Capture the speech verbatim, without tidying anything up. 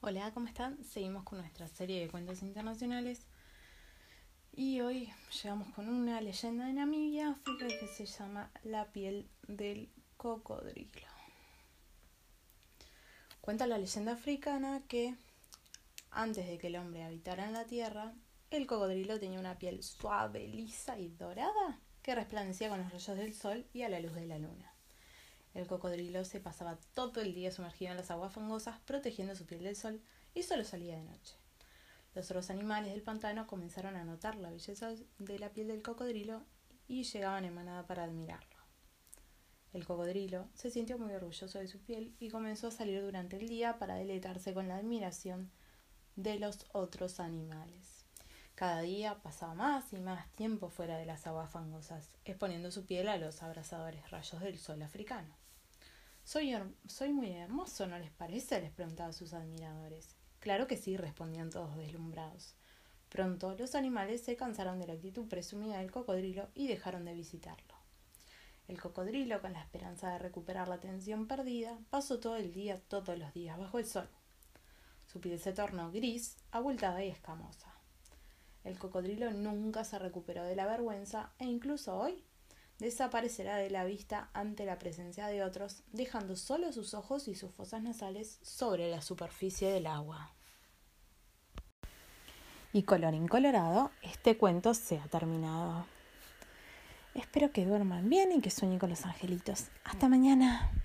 Hola, ¿cómo están? Seguimos con nuestra serie de cuentos internacionales y hoy llegamos con una leyenda de Namibia, África, que se llama La piel del cocodrilo. Cuenta la leyenda africana que antes de que el hombre habitara en la tierra, el cocodrilo tenía una piel suave, lisa y dorada que resplandecía con los rayos del sol y a la luz de la luna. El cocodrilo se pasaba todo el día sumergido en las aguas fangosas, protegiendo su piel del sol, y solo salía de noche. Los otros animales del pantano comenzaron a notar la belleza de la piel del cocodrilo y llegaban en manada para admirarlo. El cocodrilo se sintió muy orgulloso de su piel y comenzó a salir durante el día para deleitarse con la admiración de los otros animales. Cada día pasaba más y más tiempo fuera de las aguas fangosas, exponiendo su piel a los abrasadores rayos del sol africano. Soy, soy muy hermoso, ¿no les parece?, les preguntaba a sus admiradores. Claro que sí, respondían todos deslumbrados. Pronto los animales se cansaron de la actitud presumida del cocodrilo y dejaron de visitarlo. El cocodrilo, con la esperanza de recuperar la atención perdida, pasó todo el día, todos los días, bajo el sol. Su piel se tornó gris, abultada y escamosa. El cocodrilo nunca se recuperó de la vergüenza e incluso hoy desaparecerá de la vista ante la presencia de otros, dejando solo sus ojos y sus fosas nasales sobre la superficie del agua. Y colorín colorado, este cuento se ha terminado. Espero que duerman bien y que sueñen con los angelitos. Hasta mañana.